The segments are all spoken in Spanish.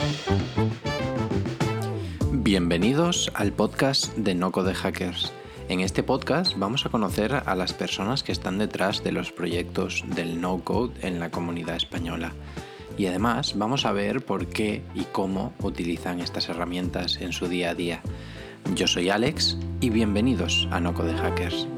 Bienvenidos al podcast de No Code Hackers. En este podcast vamos a conocer a las personas que están detrás de los proyectos del no-code en la comunidad española. Y además vamos a ver por qué y cómo utilizan estas herramientas en su día a día. Yo soy Alex y bienvenidos a No Code Hackers.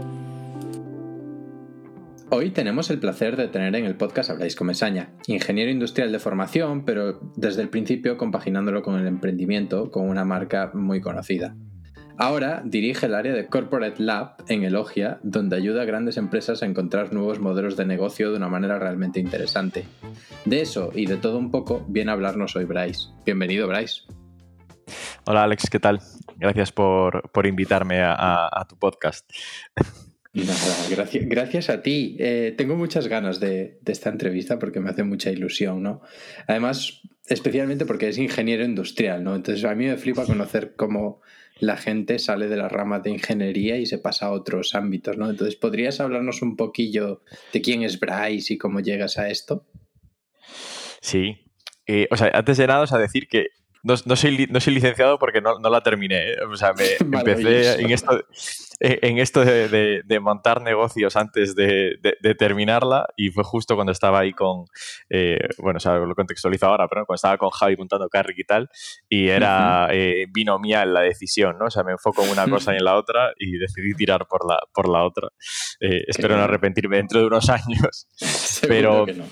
Hoy tenemos el placer de tener en el podcast a Brais Comesaña, ingeniero industrial de formación, pero desde el principio compaginándolo con el emprendimiento con una marca muy conocida. Ahora dirige el área de Corporate Lab en Elogia, donde ayuda a grandes empresas a encontrar nuevos modelos de negocio de una manera realmente interesante. De eso y de todo un poco viene a hablarnos hoy Brais. Bienvenido, Brais. Hola Alex, ¿qué tal? Gracias por invitarme a tu podcast. Nada, gracias a ti. Tengo muchas ganas de esta entrevista porque me hace mucha ilusión, ¿no? Además, especialmente porque es ingeniero industrial, ¿no? Entonces a mí me flipa conocer cómo la gente sale de las ramas de ingeniería y se pasa a otros ámbitos, ¿no? Entonces, ¿podrías hablarnos un poquillo de quién es Brais y cómo llegas a esto? Sí. Antes de nada, decir que no soy licenciado porque no la terminé, ¿eh? Me empecé en esto de montar negocios antes de terminarla, y fue justo cuando estaba ahí con, lo contextualizo ahora, pero cuando estaba con Javi montando Carrick y tal, y era binomial la decisión, ¿no? O sea, me enfoco en una cosa y en la otra y decidí tirar por la otra. Espero no arrepentirme dentro de unos años. Seguro pero que no.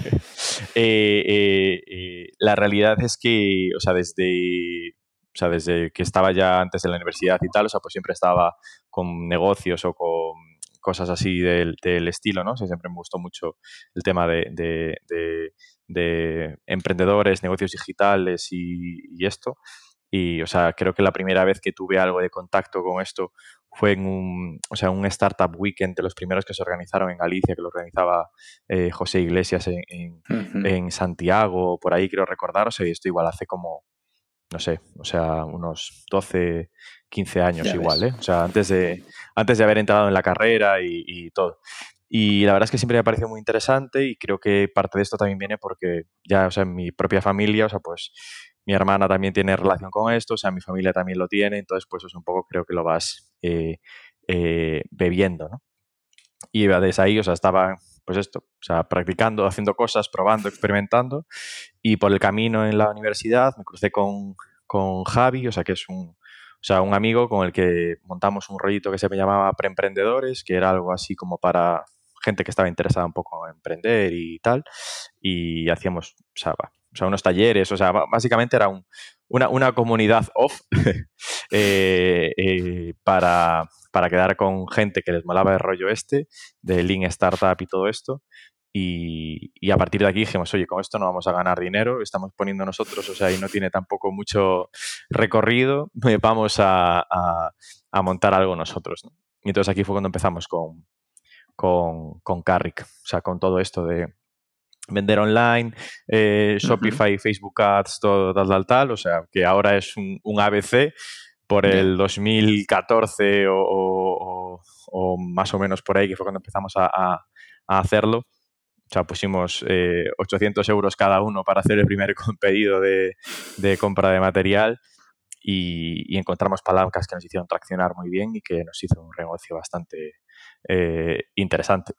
La realidad es que, desde que estaba ya antes de la universidad y tal, pues siempre estaba con negocios o con cosas así del estilo, ¿no? O sea, siempre me gustó mucho el tema de emprendedores, negocios digitales y esto. Y, creo que la primera vez que tuve algo de contacto con esto fue en un Startup Weekend, de los primeros que se organizaron en Galicia, que lo organizaba José Iglesias en Santiago, por ahí creo recordar. Y esto igual hace como, no sé, unos 12, 15 años Ya igual, ves. antes de haber entrado en la carrera y todo. Y la verdad es que siempre me ha parecido muy interesante, y creo que parte de esto también viene porque ya, en mi propia familia, pues mi hermana también tiene relación con esto, mi familia también lo tiene, entonces pues es un poco, creo que lo vas bebiendo, ¿no? Y desde ahí, estaba pues esto, practicando, haciendo cosas, probando, experimentando, y por el camino en la universidad me crucé con Javi, que es un amigo con el que montamos un rollito que se llamaba Preemprendedores, que era algo así como para gente que estaba interesada un poco en emprender y tal, y hacíamos unos talleres, básicamente era una comunidad off para quedar con gente que les molaba el rollo de Lean Startup y todo esto. Y a partir de aquí dijimos, oye, con esto no vamos a ganar dinero, estamos poniendo nosotros, y no tiene tampoco mucho recorrido, vamos a montar algo nosotros, ¿no? Y entonces aquí fue cuando empezamos con Carrick, con todo esto de vender online, Shopify, Facebook Ads, todo tal, que ahora es un ABC por el 2014 o más o menos por ahí, que fue cuando empezamos a hacerlo. Pusimos 800 euros cada uno para hacer el primer pedido de compra de material, y encontramos palancas que nos hicieron traccionar muy bien y que nos hizo un negocio bastante interesante.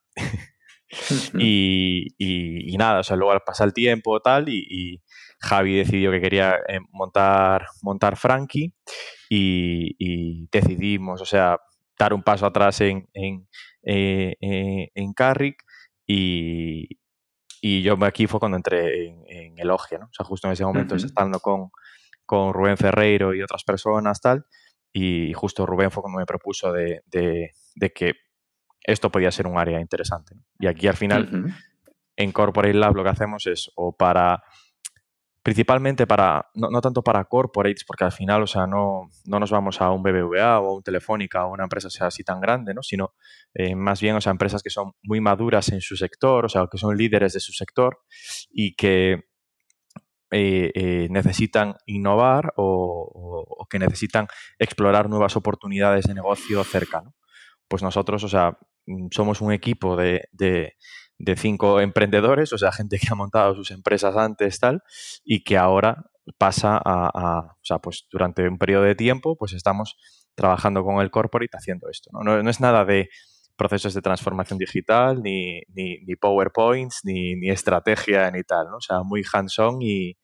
Y nada, luego pasa el tiempo tal, y Javi decidió que quería montar Frankie, y decidimos, dar un paso atrás en Carrick, y yo aquí fue cuando entré en Elogia, ¿no? Justo en ese momento estando con Rubén Ferreiro y otras personas tal, y justo Rubén fue cuando me propuso de que esto podía ser un área interesante, ¿no? Y aquí al final en Corporate Lab lo que hacemos es principalmente no tanto para corporates, porque al final, no nos vamos a un BBVA o a un Telefónica o una empresa así tan grande, ¿no? Sino más bien, empresas que son muy maduras en su sector, que son líderes de su sector y que necesitan innovar o que necesitan explorar nuevas oportunidades de negocio cerca, ¿no? Pues nosotros, somos un equipo de de 5 emprendedores, o sea, gente que ha montado sus empresas antes, tal, y que ahora pasa o sea, pues durante un periodo de tiempo, pues estamos trabajando con el corporate haciendo esto, ¿no? No es nada de procesos de transformación digital, ni PowerPoints, ni estrategia, ni tal, ¿no? O sea, muy hands-on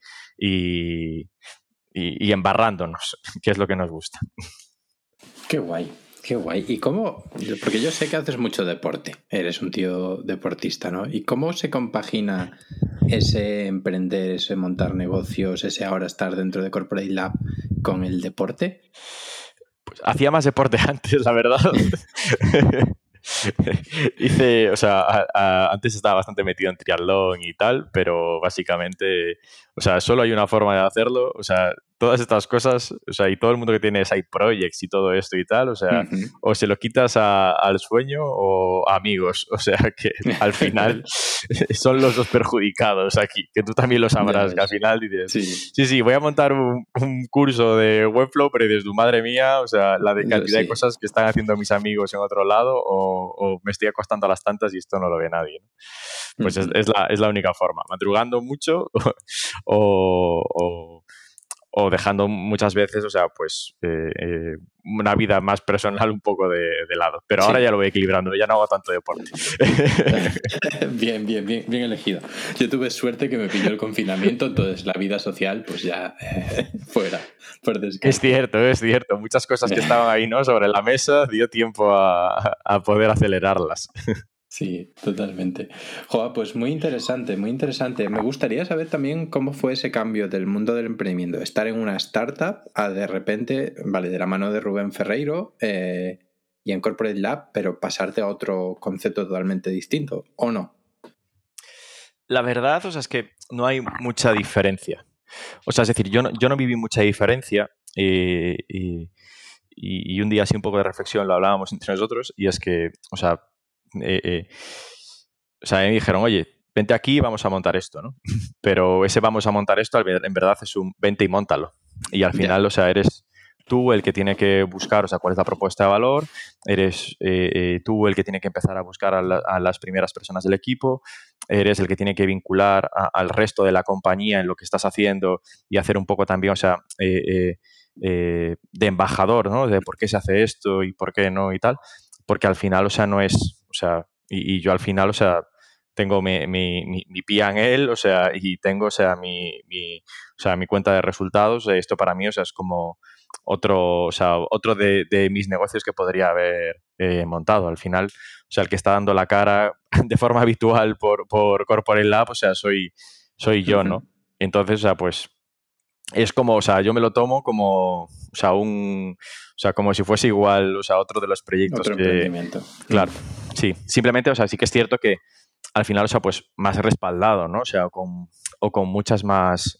y embarrándonos, que es lo que nos gusta. Qué guay, qué guay. ¿Y cómo? Porque yo sé que haces mucho deporte, eres un tío deportista, ¿no? ¿Y cómo se compagina ese emprender, ese montar negocios, ese ahora estar dentro de Corporate Lab con el deporte? Pues hacía más deporte antes, la verdad. Hice, o sea, antes estaba bastante metido en triatlón y tal, pero básicamente, o sea, solo hay una forma de hacerlo, o sea, todas estas cosas, o sea, y todo el mundo que tiene side projects y todo esto y tal, o sea, o se lo quitas al sueño o a amigos, o sea, que al final son los dos perjudicados aquí, que tú también lo sabrás, que al final dices, sí, voy a montar un curso de Webflow, pero dices, madre mía, o sea, la de cantidad de cosas que están haciendo mis amigos en otro lado, o me estoy acostando a las tantas y esto no lo ve nadie, ¿no? Pues es la única forma, madrugando mucho o dejando muchas veces, o sea, pues una vida más personal un poco de lado. Pero ahora ya lo voy equilibrando, ya no hago tanto deporte. Bien elegido. Yo tuve suerte que me pilló el confinamiento, entonces la vida social, pues ya fuera, por descanso. Es cierto. Muchas cosas que estaban ahí, ¿no? Sobre la mesa, dio tiempo a poder acelerarlas. Sí, totalmente. Joder, pues muy interesante, muy interesante. Me gustaría saber también cómo fue ese cambio del mundo del emprendimiento, estar en una startup a de repente, vale, de la mano de Rubén Ferreiro y en Corporate Lab, pero pasarte a otro concepto totalmente distinto, ¿o no? La verdad, o sea, es que no hay mucha diferencia. O sea, es decir, yo no viví mucha diferencia y un día así un poco de reflexión lo hablábamos entre nosotros y es que, o sea, me dijeron, oye, vente aquí y vamos a montar esto, ¿no? Pero ese vamos a montar esto en verdad es un vente y móntalo. Y al final, o sea, eres tú el que tiene que buscar, o sea, cuál es la propuesta de valor, eres tú el que tiene que empezar a buscar a las primeras personas del equipo, eres el que tiene que vincular al resto de la compañía en lo que estás haciendo y hacer un poco también, o sea, de embajador, ¿no? De por qué se hace esto y por qué no y tal, porque al final, o sea, no es, o sea, y yo al final, o sea, tengo mi P&L, o sea, y tengo, o sea, mi cuenta de resultados. Esto para mí, o sea, es como otro de mis negocios que podría haber montado. Al final, o sea, el que está dando la cara de forma habitual por Corporate Lab, o sea, soy yo, ¿no? Entonces, o sea, pues es como, o sea, yo me lo tomo como, o sea, como si fuese igual, o sea, otro de los proyectos otro emprendimiento. Claro, sí. Simplemente, o sea, sí que es cierto que al final, o sea, pues más respaldado, ¿no? O sea, con muchas más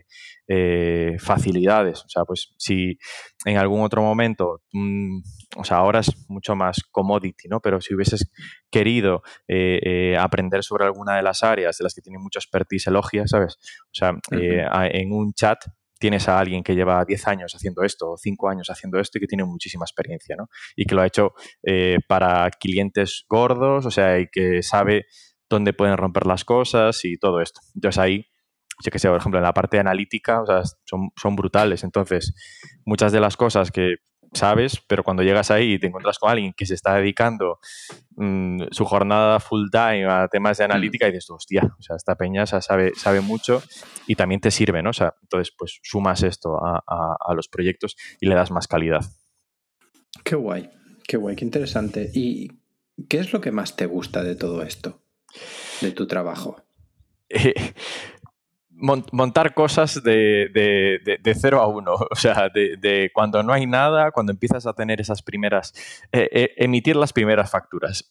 facilidades. O sea, pues si en algún otro momento, o sea, ahora es mucho más commodity, ¿no? Pero si hubieses querido aprender sobre alguna de las áreas de las que tiene mucho expertise Elogia, ¿sabes? O sea, en un chat tienes a alguien que lleva 10 años haciendo esto o 5 años haciendo esto y que tiene muchísima experiencia, ¿no? Y que lo ha hecho para clientes gordos, o sea, y que sabe dónde pueden romper las cosas y todo esto. Entonces ahí, yo que sé, por ejemplo, en la parte de analítica, o sea, son brutales. Entonces, muchas de las cosas que sabes, pero cuando llegas ahí y te encuentras con alguien que se está dedicando su jornada full time a temas de analítica y dices, hostia, o sea, esta peña sabe mucho y también te sirve, ¿no? O sea, entonces, pues sumas esto a los proyectos y le das más calidad. Qué guay, qué interesante. ¿Y qué es lo que más te gusta de todo esto, de tu trabajo? Montar cosas de 0 a 1, o sea, de cuando no hay nada, cuando empiezas a tener esas primeras, emitir las primeras facturas.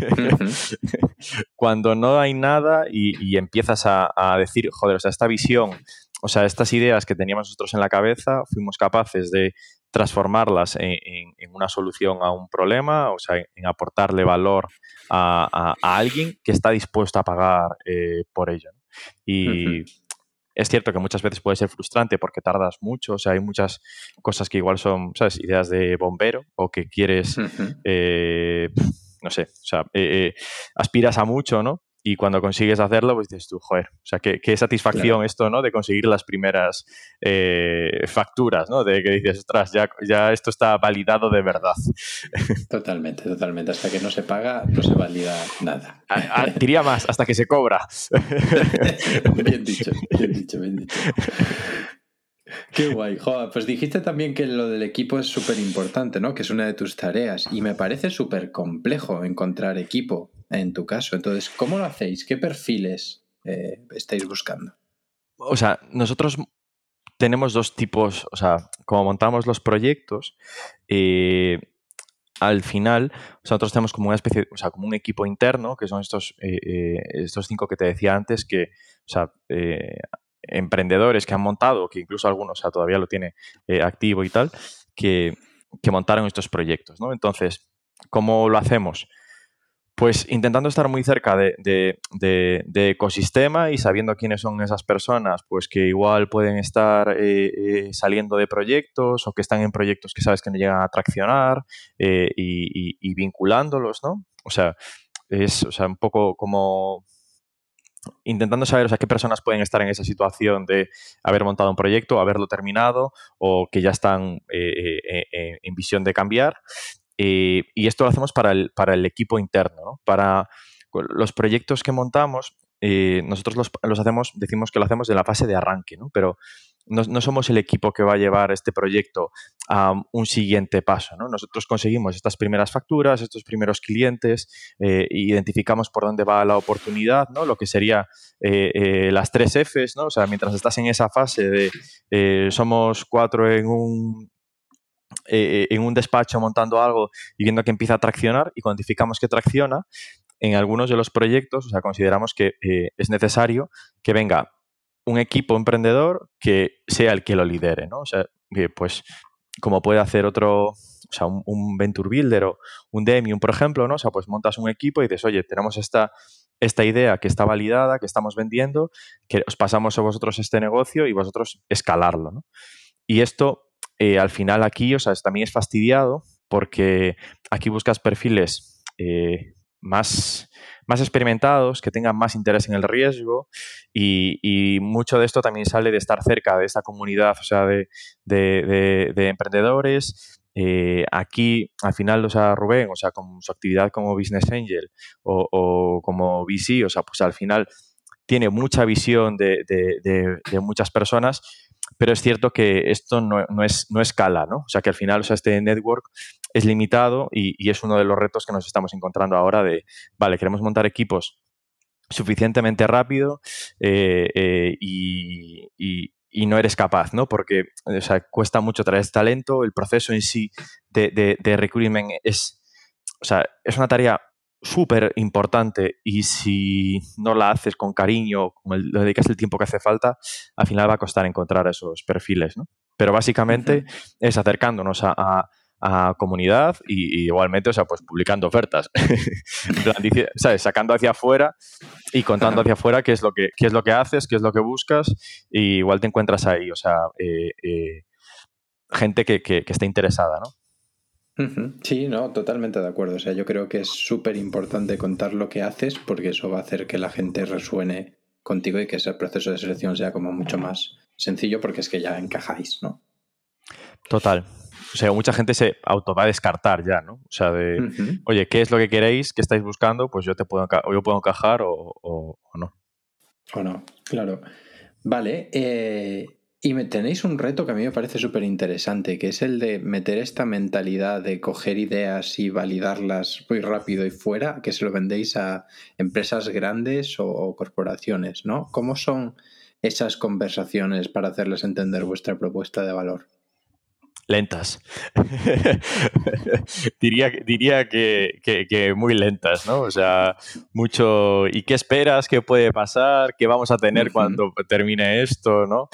Cuando no hay nada y empiezas a decir, joder, o sea, esta visión, o sea, estas ideas que teníamos nosotros en la cabeza, fuimos capaces de transformarlas en una solución a un problema, o sea, en aportarle valor a alguien que está dispuesto a pagar por ello. Y es cierto que muchas veces puede ser frustrante porque tardas mucho, o sea, hay muchas cosas que igual son, ¿sabes?, ideas de bombero o que quieres, no sé, o sea, aspiras a mucho, ¿no? y cuando consigues hacerlo, pues dices tú, joder, o sea, qué satisfacción esto, ¿no? De conseguir las primeras facturas, ¿no? De que dices, ostras, ya esto está validado de verdad. Totalmente, totalmente. Hasta que no se paga, no se valida nada. Diría más, hasta que se cobra. Bien dicho, bien dicho, bien dicho. Qué guay. Joder, pues dijiste también que lo del equipo es súper importante, ¿no? Que es una de tus tareas. Y me parece súper complejo encontrar equipo en tu caso. Entonces, ¿cómo lo hacéis? ¿Qué perfiles estáis buscando? O sea, nosotros tenemos dos tipos, o sea, como montamos los proyectos, al final, nosotros tenemos como una especie, o sea, como un equipo interno, que son estos 5 que te decía antes, que, o sea, emprendedores que han montado, que incluso algunos, o sea, todavía lo tiene activo y tal, que montaron estos proyectos, ¿no? Entonces, ¿cómo lo hacemos? Pues intentando estar muy cerca de ecosistema y sabiendo quiénes son esas personas, pues que igual pueden estar saliendo de proyectos o que están en proyectos que sabes que no llegan a traccionar y vinculándolos, ¿no? O sea, un poco como intentando saber, o sea, qué personas pueden estar en esa situación de haber montado un proyecto, haberlo terminado o que ya están en visión de cambiar. Y esto lo hacemos para el equipo interno, ¿no? Para los proyectos que montamos, nosotros los hacemos, decimos que lo hacemos de la fase de arranque, ¿no? Pero no somos el equipo que va a llevar este proyecto a un siguiente paso, ¿no? Nosotros conseguimos estas primeras facturas, estos primeros clientes, identificamos por dónde va la oportunidad, ¿no? Lo que sería las 3 Fs, ¿no? O sea, mientras estás en esa fase de somos 4 en un despacho montando algo y viendo que empieza a traccionar y cuantificamos que tracciona, en algunos de los proyectos, o sea, consideramos que es necesario que venga un equipo emprendedor que sea el que lo lidere, ¿no? O sea, que pues como puede hacer otro, o sea, un Venture Builder o un Demium, por ejemplo, ¿no? O sea, pues montas un equipo y dices, oye, tenemos esta idea que está validada, que estamos vendiendo, que os pasamos a vosotros este negocio y vosotros escalarlo, ¿no? Y esto, al final aquí, o sea, también es fastidiado porque aquí buscas perfiles más experimentados, que tengan más interés en el riesgo y mucho de esto también sale de estar cerca de esta comunidad, o sea, de emprendedores. Aquí, al final, o sea, Rubén, o sea, con su actividad como Business Angel o como VC, o sea, pues al final tiene mucha visión de muchas personas, pero es cierto que esto no escala, ¿no? O sea, que al final, o sea, este network es limitado y es uno de los retos que nos estamos encontrando ahora de, vale, queremos montar equipos suficientemente rápido y no eres capaz, ¿no? Porque, o sea, cuesta mucho traer talento, el proceso en sí de recruitment o sea, es una tarea súper importante y si no la haces con cariño, le dedicas el tiempo que hace falta, al final va a costar encontrar esos perfiles, ¿no? Pero básicamente es acercándonos a comunidad y igualmente, o sea, pues publicando ofertas. En plan, ¿sabes? Sacando hacia afuera y contando hacia afuera qué es lo que haces, qué es lo que buscas y igual te encuentras ahí, o sea, gente que esté interesada, ¿no? Sí, no, totalmente de acuerdo. O sea, yo creo que es súper importante contar lo que haces porque eso va a hacer que la gente resuene contigo y que ese proceso de selección sea como mucho más sencillo porque es que ya encajáis, ¿no? Total. O sea, mucha gente se auto va a descartar ya, ¿no? O sea, oye, ¿qué es lo que queréis? ¿Qué estáis buscando? Pues yo puedo encajar o no. O no, claro. Vale, y me tenéis un reto que a mí me parece súper interesante, que es el de meter esta mentalidad de coger ideas y validarlas muy rápido y fuera, que se lo vendéis a empresas grandes o corporaciones, ¿no? ¿Cómo son esas conversaciones para hacerles entender vuestra propuesta de valor? Lentas. diría que muy lentas, ¿no? O sea, mucho. ¿Y qué esperas? ¿Qué puede pasar? ¿Qué vamos a tener cuando termine esto? ¿No?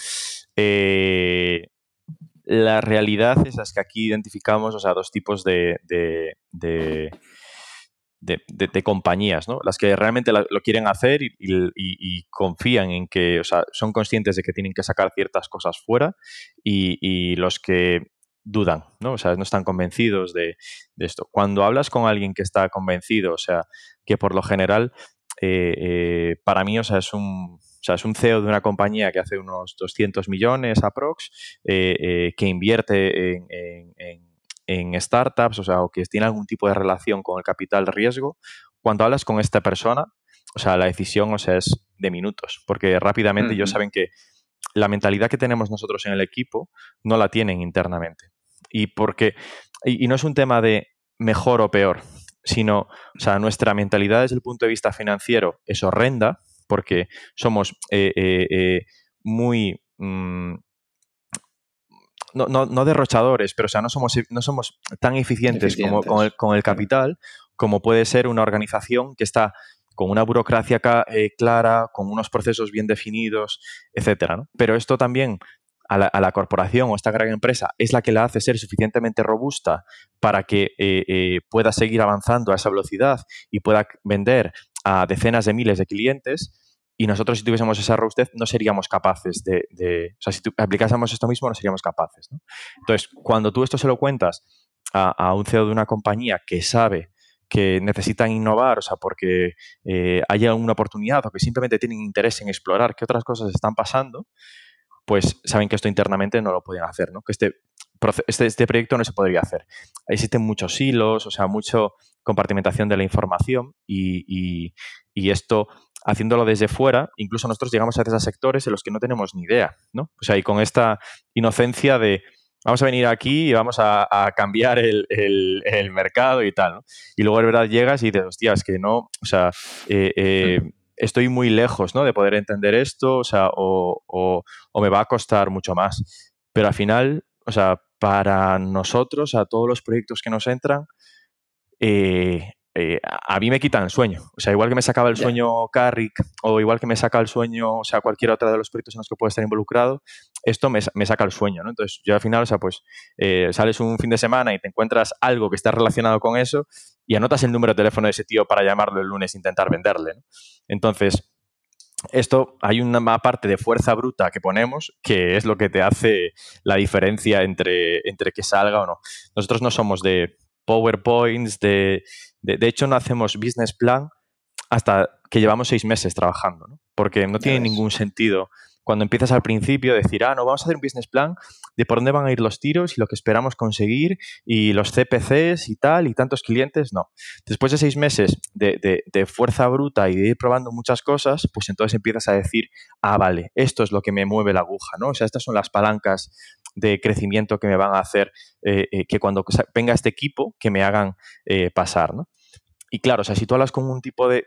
La realidad es que aquí identificamos, o sea, dos tipos de compañías, ¿no? Las que realmente lo quieren hacer y confían en que, o sea, son conscientes de que tienen que sacar ciertas cosas fuera y los que dudan, ¿no? O sea, no están convencidos de esto. Cuando hablas con alguien que está convencido, o sea, que por lo general para mí, es un CEO de una compañía que hace unos 200 millones aprox, que invierte en startups, o que tiene algún tipo de relación con el capital riesgo. Cuando hablas con esta persona, la decisión, es de minutos, porque rápidamente ellos saben que la mentalidad que tenemos nosotros en el equipo no la tienen internamente. Y no es un tema de mejor o peor, sino, nuestra mentalidad desde el punto de vista financiero es horrenda, porque somos muy... no derrochadores, pero no somos tan eficientes con el capital como puede ser una organización que está con una burocracia clara, con unos procesos bien definidos, etcétera, ¿no? Pero esto también a la corporación o a esta gran empresa es la que la hace ser suficientemente robusta para que pueda seguir avanzando a esa velocidad y pueda vender a decenas de miles de clientes. Y nosotros, si tuviésemos esa robustez, no seríamos capaces si aplicásemos esto mismo, no seríamos capaces, ¿no? Entonces, cuando tú esto se lo cuentas a un CEO de una compañía que sabe que necesitan innovar, porque haya una oportunidad o que simplemente tienen interés en explorar qué otras cosas están pasando, pues saben que esto internamente no lo pueden hacer, ¿no? Que este proyecto no se podría hacer. Existen muchos hilos, mucha compartimentación de la información y esto, haciéndolo desde fuera, incluso nosotros llegamos a veces a sectores en los que no tenemos ni idea, ¿no? Y con esta inocencia de vamos a venir aquí y vamos a cambiar el mercado y tal, ¿no? Y luego de verdad llegas y dices, hostia, es que no, estoy muy lejos, ¿no?, de poder entender esto, o me va a costar mucho más. Pero al final, para nosotros, a todos los proyectos que nos entran, a mí me quitan el sueño. Igual que me sacaba el sueño Carrick o igual que me saca el sueño, cualquier otra de los proyectos en los que pueda estar involucrado, esto me saca el sueño, ¿no? Entonces, yo al final, sales un fin de semana y te encuentras algo que está relacionado con eso y anotas el número de teléfono de ese tío para llamarlo el lunes e intentar venderle, ¿no? Entonces, esto, hay una parte de fuerza bruta que ponemos que es lo que te hace la diferencia entre que salga o no. Nosotros no somos de PowerPoints, de hecho no hacemos business plan hasta que llevamos 6 meses trabajando, ¿no? Porque no tiene ningún sentido cuando empiezas al principio decir, no, vamos a hacer un business plan de por dónde van a ir los tiros y lo que esperamos conseguir y los CPCs y tal y tantos clientes, no. Después de 6 meses de fuerza bruta y de ir probando muchas cosas, pues entonces empiezas a decir, vale, esto es lo que me mueve la aguja, ¿no? estas son las palancas de crecimiento que me van a hacer que cuando venga este equipo que me hagan pasar, ¿no? Y claro, si tú hablas con un tipo de...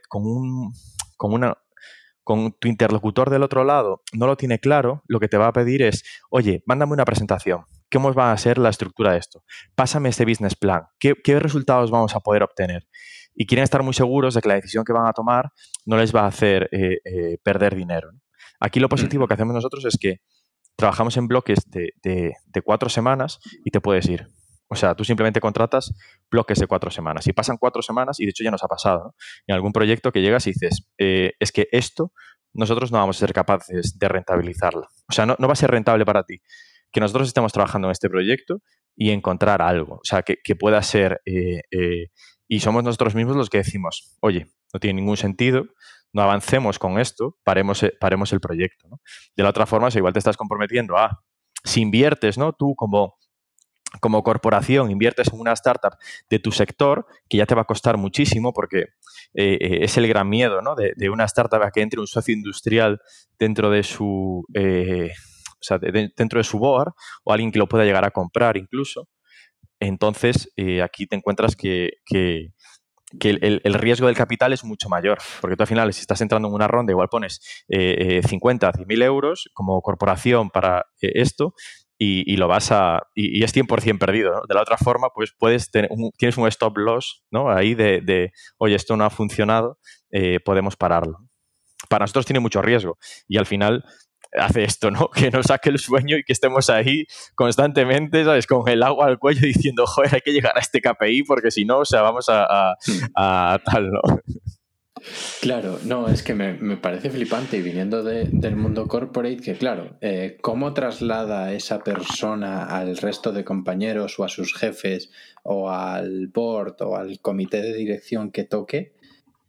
con tu interlocutor del otro lado no lo tiene claro, lo que te va a pedir es, oye, mándame una presentación. ¿Cómo va a ser la estructura de esto? Pásame este business plan. ¿Qué resultados vamos a poder obtener? Y quieren estar muy seguros de que la decisión que van a tomar no les va a hacer perder dinero, ¿no? Aquí lo positivo que hacemos nosotros es que trabajamos en bloques de 4 semanas y te puedes ir. Tú simplemente contratas bloques de 4 semanas. Y pasan 4 semanas, y de hecho ya nos ha pasado, ¿no?, en algún proyecto que llegas y dices, es que esto nosotros no vamos a ser capaces de rentabilizarlo. No va a ser rentable para ti que nosotros estemos trabajando en este proyecto y encontrar algo, que pueda ser... y somos nosotros mismos los que decimos, oye, no tiene ningún sentido, no avancemos con esto, paremos el proyecto, ¿no? De la otra forma, igual te estás comprometiendo si inviertes, ¿no?, tú como corporación inviertes en una startup de tu sector, que ya te va a costar muchísimo porque es el gran miedo, ¿no?, de una startup a que entre un socio industrial dentro de su dentro de su board o alguien que lo pueda llegar a comprar incluso. Entonces, aquí te encuentras que el riesgo del capital es mucho mayor, porque tú al final, si estás entrando en una ronda, igual pones 50, 100.000 euros como corporación para esto y lo vas y es 100% perdido, ¿no? De la otra forma, pues tienes un stop loss, ¿no?, ahí oye, esto no ha funcionado, podemos pararlo. Para nosotros tiene mucho riesgo y al final hace esto, ¿no?, que nos saque el sueño y que estemos ahí constantemente, ¿sabes?, con el agua al cuello diciendo, joder, hay que llegar a este KPI porque si no, vamos a tal, ¿no? Claro, no, es que me parece flipante y viniendo del mundo corporate que, claro, ¿cómo traslada esa persona al resto de compañeros o a sus jefes o al board o al comité de dirección que toque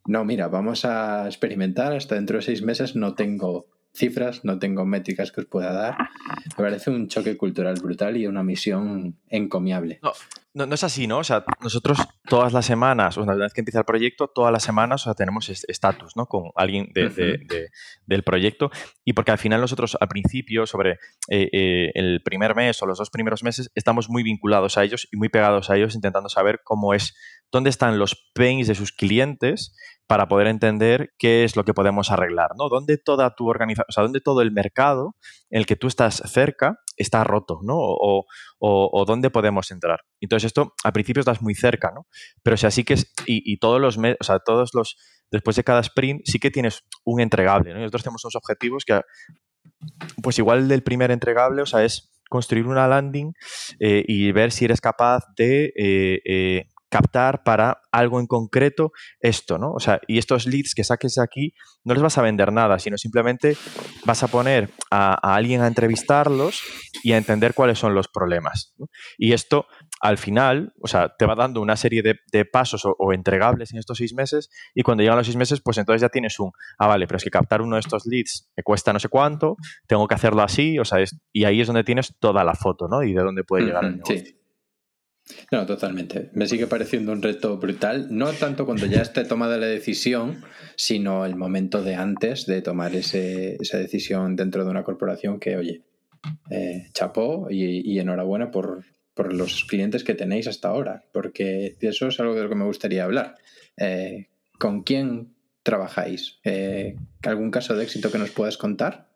no, mira, vamos a experimentar, hasta dentro de 6 meses no tengo cifras, no tengo métricas que os pueda dar. Me parece un choque cultural brutal y una misión encomiable. No es así, ¿no? O sea, nosotros todas las semanas, una vez que empieza el proyecto, todas las semanas, o sea, tenemos estatus, ¿no? Con alguien del proyecto. Y porque al final nosotros, al principio, sobre el primer mes o los 2 primeros meses, estamos muy vinculados a ellos y muy pegados a ellos, intentando saber cómo es, dónde están los pains de sus clientes para poder entender qué es lo que podemos arreglar, ¿no? Dónde toda tu organización, o sea, dónde todo el mercado en el que tú estás cerca está roto, ¿no? O dónde podemos entrar. Entonces, esto al principio estás muy cerca, ¿no? Pero si así que es, y todos los meses, o sea, después de cada sprint, sí que tienes un entregable, ¿no? Y nosotros tenemos unos objetivos que, pues igual del primer entregable, o sea, es construir una landing y ver si eres capaz de captar para algo en concreto esto, ¿no? O sea, y estos leads que saques de aquí no les vas a vender nada, sino simplemente vas a poner a alguien a entrevistarlos y a entender cuáles son los problemas, ¿no? Y esto, al final, o sea, te va dando una serie de pasos o entregables en estos 6 meses y cuando llegan los 6 meses, pues entonces ya tienes vale, pero es que captar uno de estos leads me cuesta no sé cuánto, tengo que hacerlo así, o sea, y ahí es donde tienes toda la foto, ¿no? Y de dónde puede llegar el negocio. Sí. No, totalmente. Me sigue pareciendo un reto brutal, no tanto cuando ya esté tomada la decisión, sino el momento de antes de tomar esa decisión dentro de una corporación que, oye, chapó y enhorabuena por los clientes que tenéis hasta ahora, porque eso es algo de lo que me gustaría hablar. ¿Con quién trabajáis? ¿Algún caso de éxito que nos puedas contar?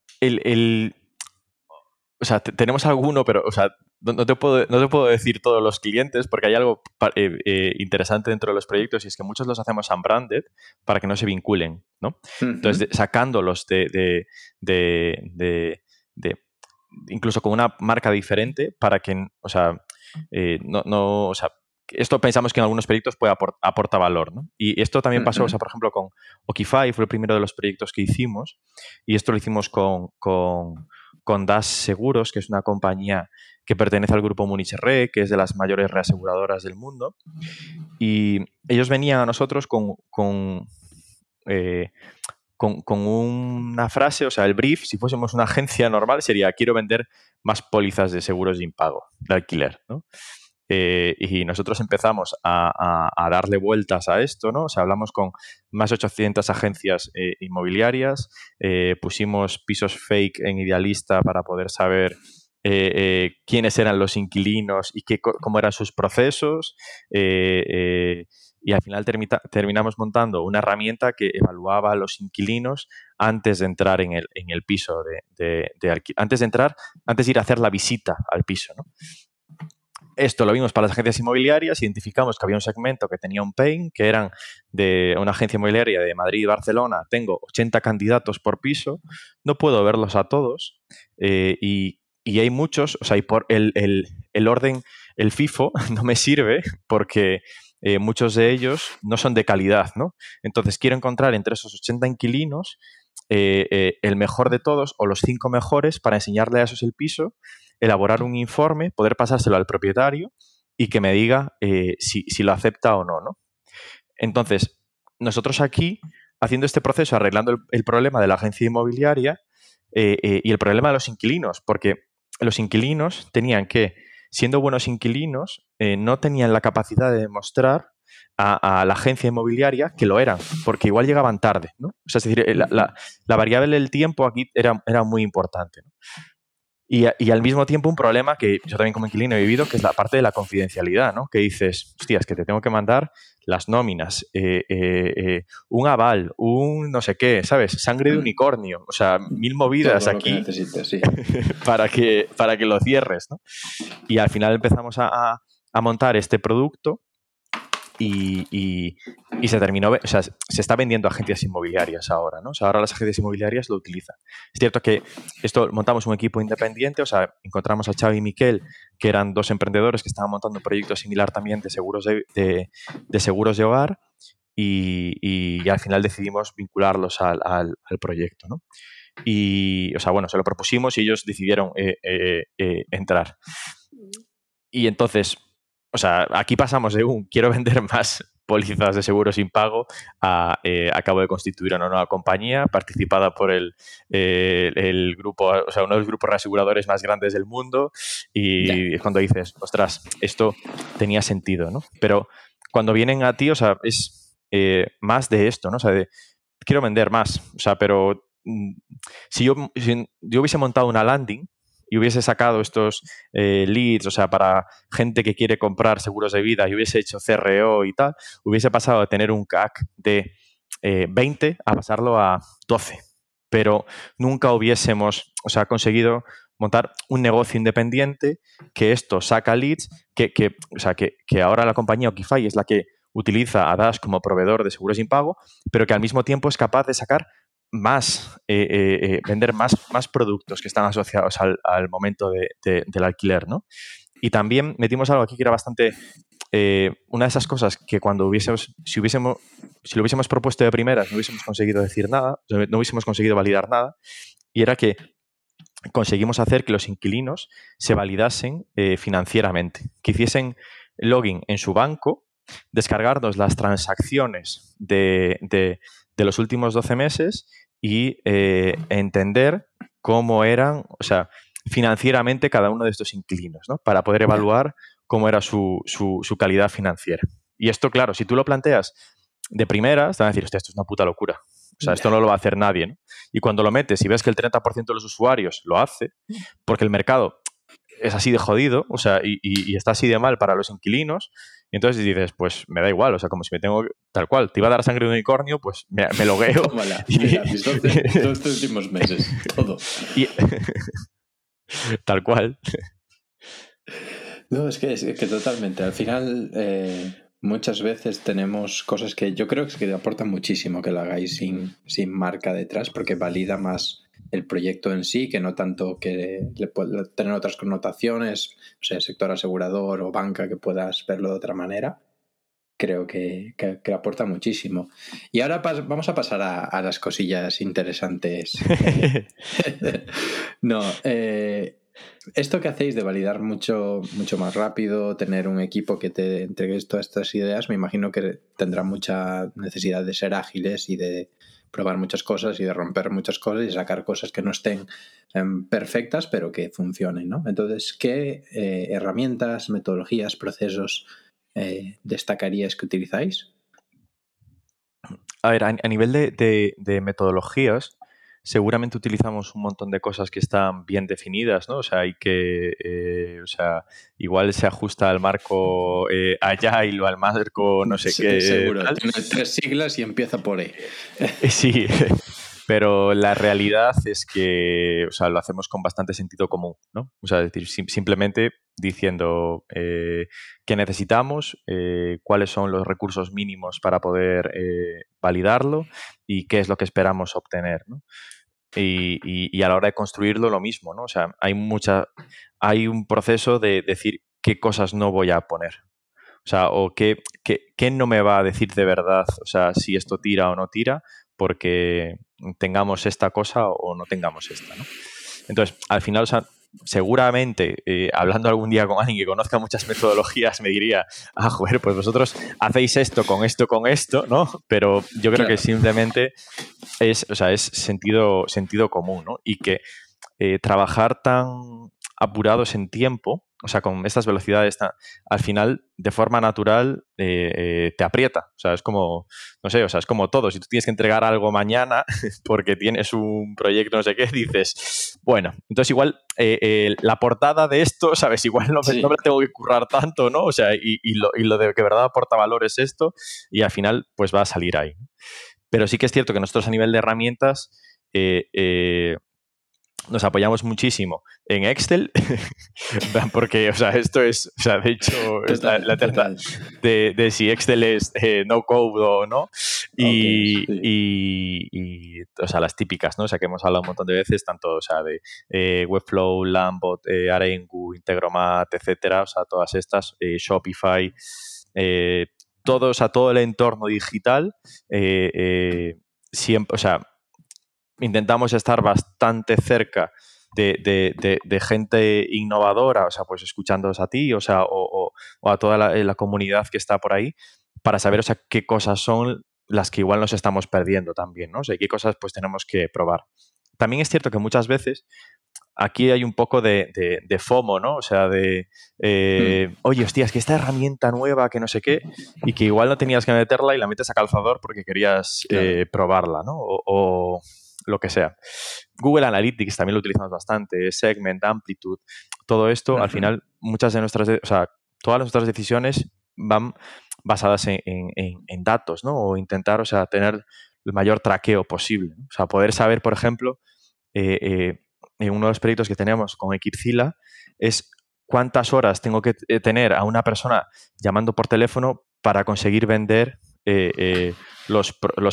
O sea, tenemos alguno, pero, o sea, no te puedo decir todos los clientes porque hay algo interesante dentro de los proyectos y es que muchos los hacemos unbranded para que no se vinculen, ¿no? Entonces, sacándolos incluso con una marca diferente para que, o sea, o sea, esto pensamos que en algunos proyectos puede aporta valor, ¿no? Y esto también pasó, o sea, por ejemplo, con Okify, fue el primero de los proyectos que hicimos y esto lo hicimos con DAS Seguros, que es una compañía que pertenece al grupo Munich Re, que es de las mayores reaseguradoras del mundo. Y ellos venían a nosotros con una frase, o sea, el brief, si fuésemos una agencia normal, sería quiero vender más pólizas de seguros de impago, de alquiler, ¿no? Y nosotros empezamos a darle vueltas a esto, ¿no? O sea, hablamos con más de 800 agencias inmobiliarias, pusimos pisos fake en Idealista para poder saber quiénes eran los inquilinos y cómo eran sus procesos. Y al final terminamos montando una herramienta que evaluaba a los inquilinos antes de entrar en el piso de alquiler. Antes de ir a hacer la visita al piso, ¿no? Esto lo vimos para las agencias inmobiliarias, identificamos que había un segmento que tenía un pain, que eran de una agencia inmobiliaria de Madrid y Barcelona, tengo 80 candidatos por piso, no puedo verlos a todos y hay muchos, o sea, y por el orden, el FIFO no me sirve porque muchos de ellos no son de calidad, ¿no? Entonces quiero encontrar entre esos 80 inquilinos el mejor de todos o los 5 mejores para enseñarle a esos el piso, elaborar un informe, poder pasárselo al propietario y que me diga si lo acepta o no, ¿no? Entonces, nosotros aquí, haciendo este proceso, arreglando el problema de la agencia inmobiliaria y el problema de los inquilinos, porque los inquilinos tenían que, siendo buenos inquilinos, no tenían la capacidad de demostrar a la agencia inmobiliaria que lo eran, porque igual llegaban tarde, ¿no? O sea, es decir, la variable del tiempo aquí era muy importante, ¿no? Y al mismo tiempo un problema que yo también como inquilino he vivido, que es la parte de la confidencialidad, ¿no? Que dices, hostias, que te tengo que mandar las nóminas, un aval, un no sé qué, ¿sabes? Sangre de unicornio, o sea, 1000 movidas todo aquí lo que necesites, sí. para que lo cierres, ¿no? Y al final empezamos a montar este producto y se terminó, o sea, se está vendiendo a agencias inmobiliarias ahora, ¿no? O sea, ahora las agencias inmobiliarias lo utilizan. Es cierto que esto montamos un equipo independiente, o sea, encontramos a Xavi y Miquel, que eran 2 emprendedores que estaban montando un proyecto similar también de seguros de seguros de hogar y al final decidimos vincularlos al proyecto, ¿no? Y, o sea, bueno, se lo propusimos y ellos decidieron entrar. Y entonces o sea, aquí pasamos de quiero vender más pólizas de seguro sin pago a acabo de constituir una nueva compañía participada por el grupo, o sea, uno de los grupos reaseguradores más grandes del mundo, y es cuando dices, ostras, esto tenía sentido, ¿no? Pero cuando vienen a ti, o sea, es más de esto, ¿no? O sea, de quiero vender más, o sea, pero si yo hubiese montado una landing y hubiese sacado estos leads, o sea, para gente que quiere comprar seguros de vida, y hubiese hecho CRO y tal, hubiese pasado de tener un CAC de 20 a pasarlo a 12. Pero nunca hubiésemos, o sea, conseguido montar un negocio independiente que esto saca leads, o sea, que ahora la compañía Okify es la que utiliza a Dash como proveedor de seguros sin pago, pero que al mismo tiempo es capaz de sacar más, vender más productos que están asociados al momento del alquiler, ¿no? Y también metimos algo aquí que era bastante... una de esas cosas que cuando si lo hubiésemos propuesto de primeras, no hubiésemos conseguido decir nada, no hubiésemos conseguido validar nada, y era que conseguimos hacer que los inquilinos se validasen financieramente, que hiciesen login en su banco, descargarnos las transacciones de los últimos 12 meses y entender cómo eran, o sea, financieramente cada uno de estos inquilinos, ¿no? Para poder evaluar cómo era su calidad financiera. Y esto, claro, si tú lo planteas de primeras, te van a decir, hostia, esto es una puta locura. O sea, esto no lo va a hacer nadie, ¿no? Y cuando lo metes y ves que el 30% de los usuarios lo hace, porque el mercado es así de jodido, o sea, y está así de mal para los inquilinos, y entonces dices, pues me da igual, o sea, como si me tengo, tal cual, te iba a dar sangre de unicornio, pues me logueo. Tómala, mira, mis 12 últimos meses, todo. Tal cual. No, es que totalmente. Al final, muchas veces tenemos cosas que yo creo que aportan muchísimo que lo hagáis sin marca detrás, porque valida más el proyecto en sí, que no tanto que le puede tener otras connotaciones, o sea, sector asegurador o banca, que puedas verlo de otra manera. Creo que aporta muchísimo. Y ahora vamos a pasar a las cosillas interesantes. No, esto que hacéis de validar mucho más rápido, tener un equipo que te entregue todas estas ideas, me imagino que tendrá mucha necesidad de ser ágiles y de probar muchas cosas y de romper muchas cosas y sacar cosas que no estén perfectas, pero que funcionen, ¿no? Entonces, ¿qué herramientas, metodologías, procesos destacaríais que utilizáis? A ver, a nivel de metodologías, seguramente utilizamos un montón de cosas que están bien definidas, ¿no? O sea, hay que, o sea, igual se ajusta al marco Agile o al marco no sé qué. Seguro, tiene 3 siglas y empieza por E. Sí, pero la realidad es que, o sea, lo hacemos con bastante sentido común, ¿no? O sea, es decir, simplemente diciendo qué necesitamos, cuáles son los recursos mínimos para poder validarlo y qué es lo que esperamos obtener, ¿no? Y a la hora de construirlo lo mismo, ¿no? O sea, hay un proceso de decir qué cosas no voy a poner. O sea, o qué no me va a decir de verdad, o sea, si esto tira o no tira, porque tengamos esta cosa o no tengamos esta, ¿no? Entonces, al final, o sea, seguramente, hablando algún día con alguien que conozca muchas metodologías, me diría, joder, pues vosotros hacéis esto, ¿no? Pero yo creo que simplemente es sentido común, ¿no? Y que trabajar tan apurados en tiempo, o sea, con estas velocidades, al final, de forma natural, te aprieta. O sea, es como, no sé, o sea, es como todo. Si tú tienes que entregar algo mañana porque tienes un proyecto, no sé qué, dices, bueno, entonces igual la portada de esto, ¿sabes? Igual no me la tengo que currar tanto, ¿no? O sea, y lo de que verdad aporta valor es esto, y al final, pues va a salir ahí. Pero sí que es cierto que nosotros a nivel de herramientas nos apoyamos muchísimo en Excel porque, o sea, esto es, o sea, de hecho, la tercera de si Excel es no code o no. Y, o sea, las típicas, ¿no? O sea, que hemos hablado un montón de veces, tanto, o sea, de Webflow, Lambot, Arengu, Integromat, etcétera, o sea, todas estas, Shopify, todo, o sea, todo el entorno digital, siempre, o sea, intentamos estar bastante cerca de gente innovadora, o sea, pues escuchándoos a ti, o sea, o a toda la comunidad que está por ahí para saber, o sea, qué cosas son las que igual nos estamos perdiendo también, ¿no? O sea, qué cosas pues tenemos que probar. También es cierto que muchas veces aquí hay un poco de FOMO, ¿no? O sea, oye, hostia, es que esta herramienta nueva que no sé qué y que igual no tenías que meterla y la metes a calzador porque querías probarla, ¿no? O lo que sea. Google Analytics también lo utilizamos bastante, Segment, Amplitude, todo esto, al final, muchas de nuestras, o sea, todas nuestras decisiones van basadas en datos, ¿no? O intentar, o sea, tener el mayor traqueo posible, ¿no? O sea, poder saber, por ejemplo, en uno de los proyectos que tenemos con Equipzilla es cuántas horas tengo que tener a una persona llamando por teléfono para conseguir vender los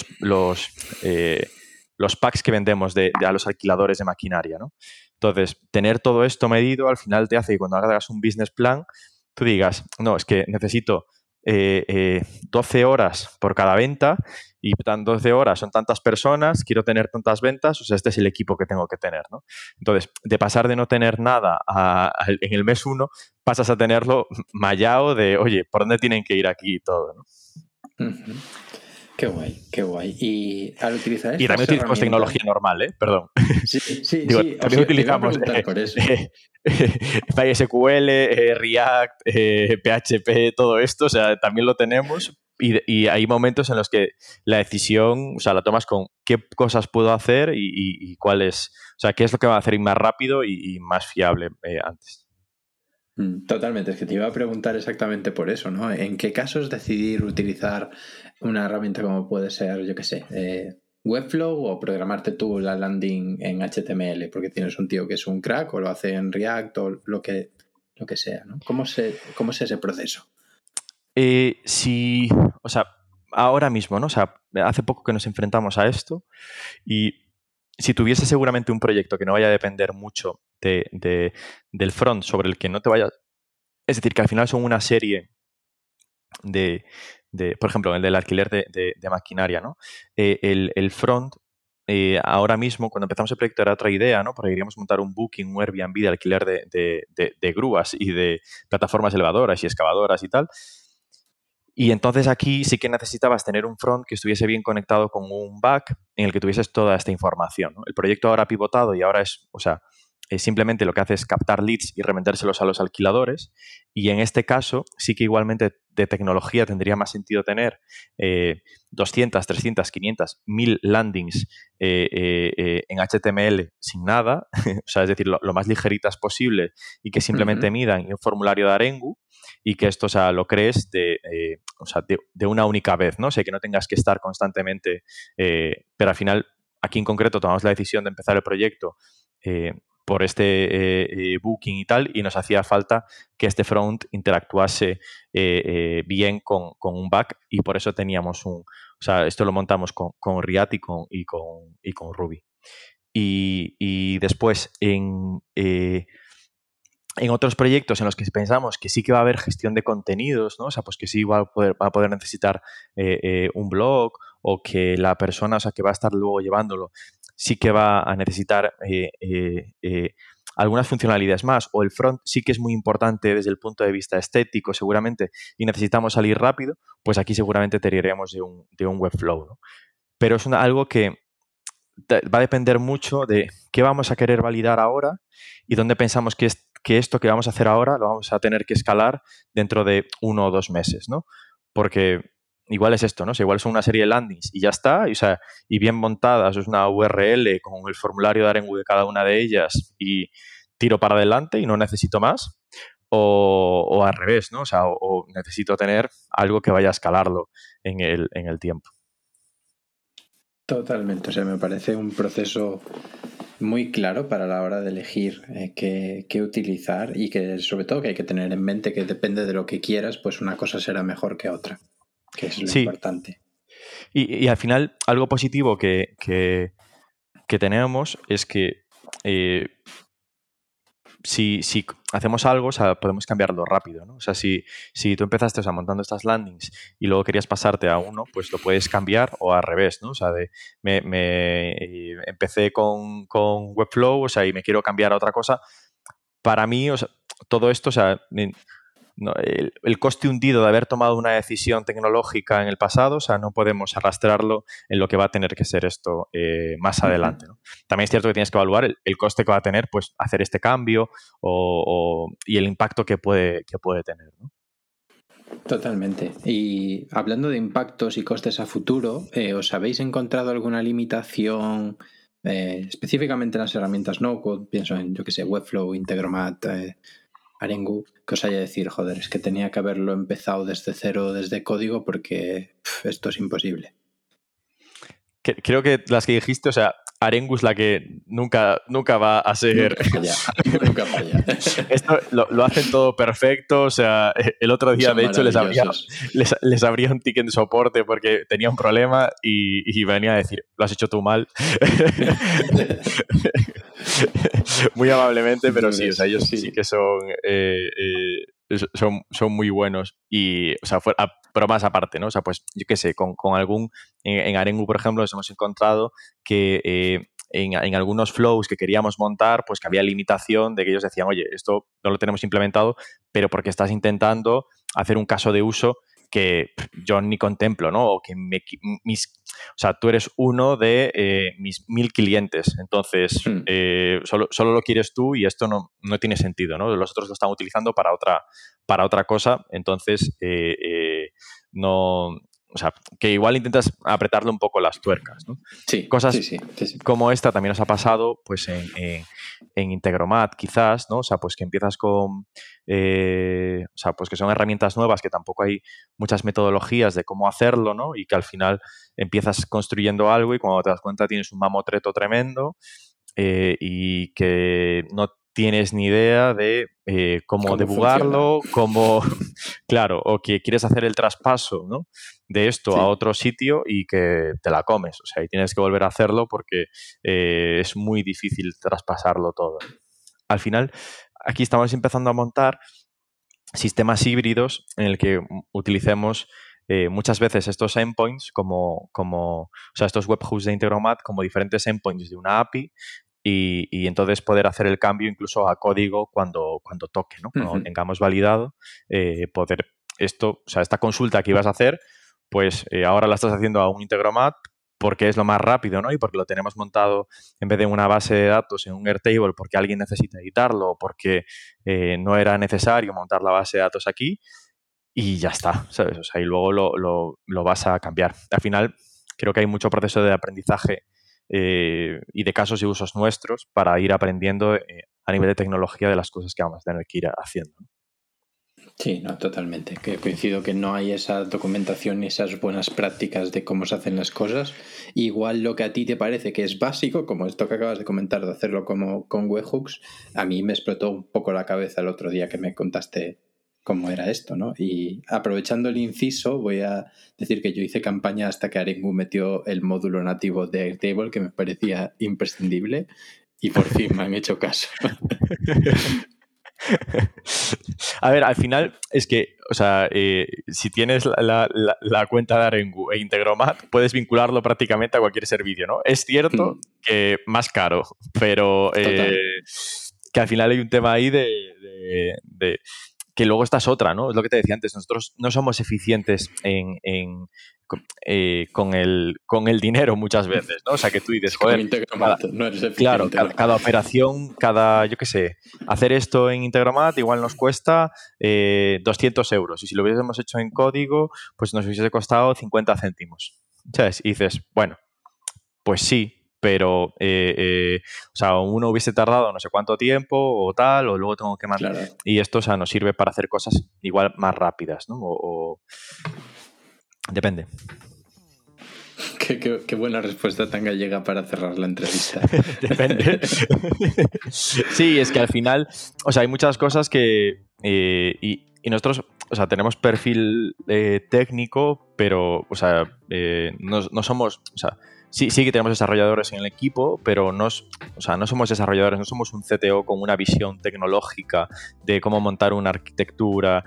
packs que vendemos a los alquiladores de maquinaria, ¿no? Entonces, tener todo esto medido al final te hace que cuando hagas un business plan, tú digas, no, es que necesito 12 horas por cada venta y 12 horas son tantas personas, quiero tener tantas ventas, o sea, este es el equipo que tengo que tener, ¿no? Entonces, de pasar de no tener nada en el mes 1, pasas a tenerlo mallado de, oye, ¿por dónde tienen que ir aquí y todo, ¿no? Qué guay, qué guay. Y al utilizar Y estas también utilizamos herramientas... tecnología normal, ¿eh? Perdón. Sí, sí, Digo, sí. O también sea, te iba a utilizamos preguntar por eso. MySQL, React, PHP, todo esto, o sea, también lo tenemos y hay momentos en los que la decisión, o sea, la tomas con qué cosas puedo hacer y cuál es, o sea, qué es lo que va a hacer ir más rápido y más fiable antes. Totalmente, es que te iba a preguntar exactamente por eso, ¿no? ¿En qué casos decidir utilizar una herramienta como puede ser, yo qué sé, Webflow o programarte tú la landing en HTML porque tienes un tío que es un crack o lo hace en React o lo que sea, ¿no? ¿Cómo es ese proceso? O sea, ahora mismo, ¿no? O sea, hace poco que nos enfrentamos a esto y si tuviese seguramente un proyecto que no vaya a depender mucho del front sobre el que no te vayas... Es decir, que al final son una serie por ejemplo, el del alquiler de maquinaria, ¿no? El front, ahora mismo, cuando empezamos el proyecto era otra idea, ¿no? Porque queríamos montar un Booking, un Airbnb de alquiler de grúas y de plataformas elevadoras y excavadoras y tal. Y entonces aquí sí que necesitabas tener un front que estuviese bien conectado con un back en el que tuvieses toda esta información, ¿no? El proyecto ahora ha pivotado y ahora es, o sea, simplemente lo que hace es captar leads y revendérselos a los alquiladores. Y en este caso sí que igualmente de tecnología tendría más sentido tener 200, 300, 500, 1000 landings en HTML sin nada, o sea, es decir, lo más ligeritas posible y que simplemente midan y un formulario de Arengu y que esto, o sea, lo crees de una única vez, ¿no? O sea, que no tengas que estar constantemente, pero al final, aquí en concreto, tomamos la decisión de empezar el proyecto por este booking y tal, y nos hacía falta que este front interactuase bien con un back y por eso teníamos o sea, esto lo montamos con React y con Ruby. Y después en otros proyectos en los que pensamos que sí que va a haber gestión de contenidos, ¿no? O sea, pues que sí va a poder necesitar un blog o que la persona, o sea, que va a estar luego llevándolo, sí que va a necesitar algunas funcionalidades más, o el front sí que es muy importante desde el punto de vista estético, seguramente, y necesitamos salir rápido, pues aquí seguramente tiraríamos de un Webflow, ¿no? Pero es algo que va a depender mucho de qué vamos a querer validar ahora y dónde pensamos que esto que vamos a hacer ahora lo vamos a tener que escalar dentro de 1 o 2 meses, ¿no? Porque igual es esto, ¿no? O sea, igual son una serie de landings y ya está, y bien montadas, es una URL con el formulario de Arengu de cada una de ellas y tiro para adelante y no necesito más. O al revés, ¿no? O sea, o necesito tener algo que vaya a escalarlo en el tiempo. Totalmente, o sea, me parece un proceso muy claro para la hora de elegir qué utilizar y que sobre todo que hay que tener en mente que depende de lo que quieras, pues una cosa será mejor que otra, que es lo importante. Y al final, algo positivo que tenemos es que si hacemos algo, o sea, podemos cambiarlo rápido, ¿no? O sea, si tú empezaste, o sea, montando estas landings y luego querías pasarte a uno, pues lo puedes cambiar o al revés, ¿no? O sea, empecé con Webflow, o sea, y me quiero cambiar a otra cosa. Para mí, o sea, todo esto, o sea, el coste hundido de haber tomado una decisión tecnológica en el pasado, o sea, no podemos arrastrarlo en lo que va a tener que ser esto más adelante, ¿no? También es cierto que tienes que evaluar el coste que va a tener pues hacer este cambio y el impacto que puede tener, ¿no? Totalmente. Y hablando de impactos y costes a futuro, ¿os habéis encontrado alguna limitación específicamente en las herramientas no-code? Pienso en, yo que sé, Webflow, Integromat, Arengu, que os haya decir, joder, es que tenía que haberlo empezado desde cero, desde código, porque esto es imposible. Creo que las que dijiste, o sea, Arengu es la que nunca va a ser... Nunca falla. Esto lo hacen todo perfecto, o sea, el otro día Son de hecho les abría un ticket de soporte porque tenía un problema y venía a decir, lo has hecho tú mal. Muy amablemente, pero sí, o sea, ellos sí que son muy buenos y, o sea, pero más aparte, ¿no? O sea, pues yo qué sé, con algún, en Arengu, por ejemplo, nos hemos encontrado que en algunos flows que queríamos montar, pues que había limitación de que ellos decían, oye, esto no lo tenemos implementado, pero porque estás intentando hacer un caso de uso que yo ni contemplo, ¿no? O que o sea, tú eres uno de mis 1000 clientes, entonces solo lo quieres tú y esto no tiene sentido, ¿no? Los otros lo están utilizando para otra cosa, entonces no... O sea, que igual intentas apretarle un poco las tuercas, ¿no? Sí, cosas sí. como esta también nos ha pasado pues en Integromat, quizás, ¿no? O sea, pues que empiezas con... o sea, pues que son herramientas nuevas que tampoco hay muchas metodologías de cómo hacerlo, ¿no? Y que al final empiezas construyendo algo y cuando te das cuenta tienes un mamotreto tremendo y que no tienes ni idea de cómo debugarlo, cómo... Claro, o que quieres hacer el traspaso, ¿no? De esto a otro sitio y que te la comes. O sea, y tienes que volver a hacerlo porque es muy difícil traspasarlo todo. Al final, aquí estamos empezando a montar sistemas híbridos en el que utilicemos muchas veces estos endpoints como o sea, estos webhooks de Integromat como diferentes endpoints de una API y entonces poder hacer el cambio incluso a código cuando toque, ¿no? Cuando tengamos validado, poder o sea, esta consulta que ibas a hacer, pues ahora la estás haciendo a un Integromat porque es lo más rápido, ¿no? Y porque lo tenemos montado en vez de en una base de datos, en un Airtable, porque alguien necesita editarlo o porque no era necesario montar la base de datos aquí y ya está, ¿sabes? O sea, y luego lo vas a cambiar. Al final, creo que hay mucho proceso de aprendizaje y de casos y usos nuestros para ir aprendiendo a nivel de tecnología de las cosas que vamos a tener que ir haciendo. Sí, no, totalmente. Que coincido que no hay esa documentación ni esas buenas prácticas de cómo se hacen las cosas. Igual lo que a ti te parece que es básico, como esto que acabas de comentar de hacerlo como con webhooks, a mí me explotó un poco la cabeza el otro día que me contaste cómo era esto, ¿no? Y aprovechando el inciso, voy a decir que yo hice campaña hasta que Arengu metió el módulo nativo de Airtable, que me parecía imprescindible, y por fin me han hecho caso. A ver, al final es que, o sea, si tienes la cuenta de Arengu e Integromat, puedes vincularlo prácticamente a cualquier servicio, ¿no? Es cierto que más caro, pero que al final hay un tema ahí de que luego esta es otra, ¿no? Es lo que te decía antes, nosotros no somos eficientes con el dinero muchas veces, ¿no? O sea, que tú dices, joder, no eres eficiente, claro, cada operación, yo qué sé, hacer esto en Integromat igual nos cuesta 200 euros y si lo hubiésemos hecho en código, pues nos hubiese costado 50 céntimos, ¿sabes? Y dices, bueno, pues sí, pero, o sea, uno hubiese tardado no sé cuánto tiempo o tal, o luego tengo que mandar. Claro. Y esto, o sea, nos sirve para hacer cosas igual más rápidas, ¿no? Depende. Qué buena respuesta tan gallega para cerrar la entrevista. Depende. Sí, es que al final, o sea, hay muchas cosas que... y nosotros, o sea, tenemos perfil técnico, pero, o sea, no somos... O sea, sí que tenemos desarrolladores en el equipo, pero no somos desarrolladores, no somos un CTO con una visión tecnológica de cómo montar una arquitectura,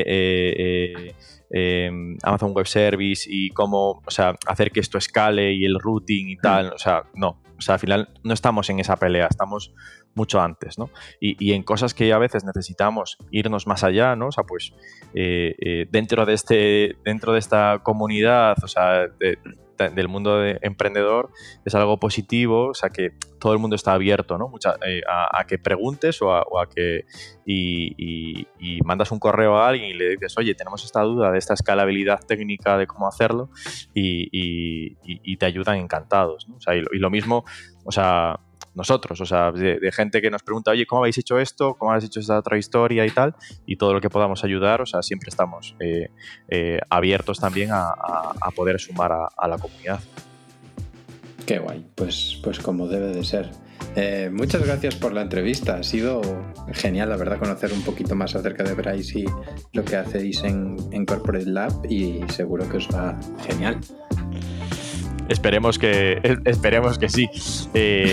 Amazon Web Service y cómo, o sea, hacer que esto escale y el routing y tal. O sea, no. O sea, al final no estamos en esa pelea, estamos mucho antes, ¿no? Y en cosas que a veces necesitamos irnos más allá, ¿no? O sea, pues dentro de esta comunidad, o sea, del mundo emprendedor, es algo positivo, o sea, que todo el mundo está abierto, ¿no? A que preguntes o a que y mandas un correo a alguien y le dices, oye, tenemos esta duda de esta escalabilidad técnica de cómo hacerlo y te ayudan encantados, ¿no? O sea, y lo mismo, o sea, nosotros, o sea, de gente que nos pregunta, oye, ¿cómo habéis hecho esto? ¿Cómo habéis hecho esta otra historia y tal? Y todo lo que podamos ayudar, o sea, siempre estamos abiertos también a poder sumar a la comunidad. Qué guay, pues como debe de ser. Muchas gracias por la entrevista, ha sido genial, la verdad, conocer un poquito más acerca de Bryce y lo que hacéis en Corporate Lab, y seguro que os va genial. Esperemos que sí. Sí,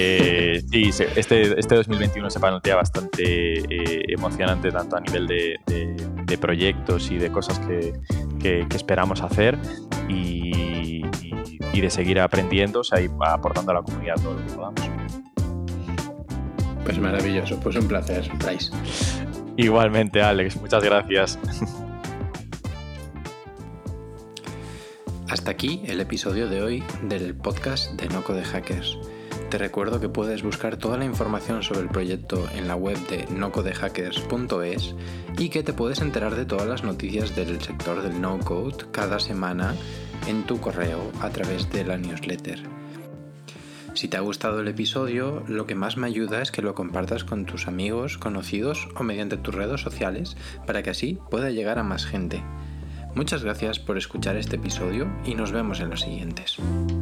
este 2021 se plantea bastante emocionante, tanto a nivel de proyectos y de cosas que esperamos hacer y de seguir aprendiendo, o sea, y aportando a la comunidad todo lo que podamos. Pues maravilloso, pues un placer, Bryce. Igualmente, Alex, muchas gracias. Hasta aquí el episodio de hoy del podcast de No Code Hackers. Te recuerdo que puedes buscar toda la información sobre el proyecto en la web de nocodehackers.es y que te puedes enterar de todas las noticias del sector del no-code cada semana en tu correo a través de la newsletter. Si te ha gustado el episodio, lo que más me ayuda es que lo compartas con tus amigos, conocidos o mediante tus redes sociales para que así pueda llegar a más gente. Muchas gracias por escuchar este episodio y nos vemos en los siguientes.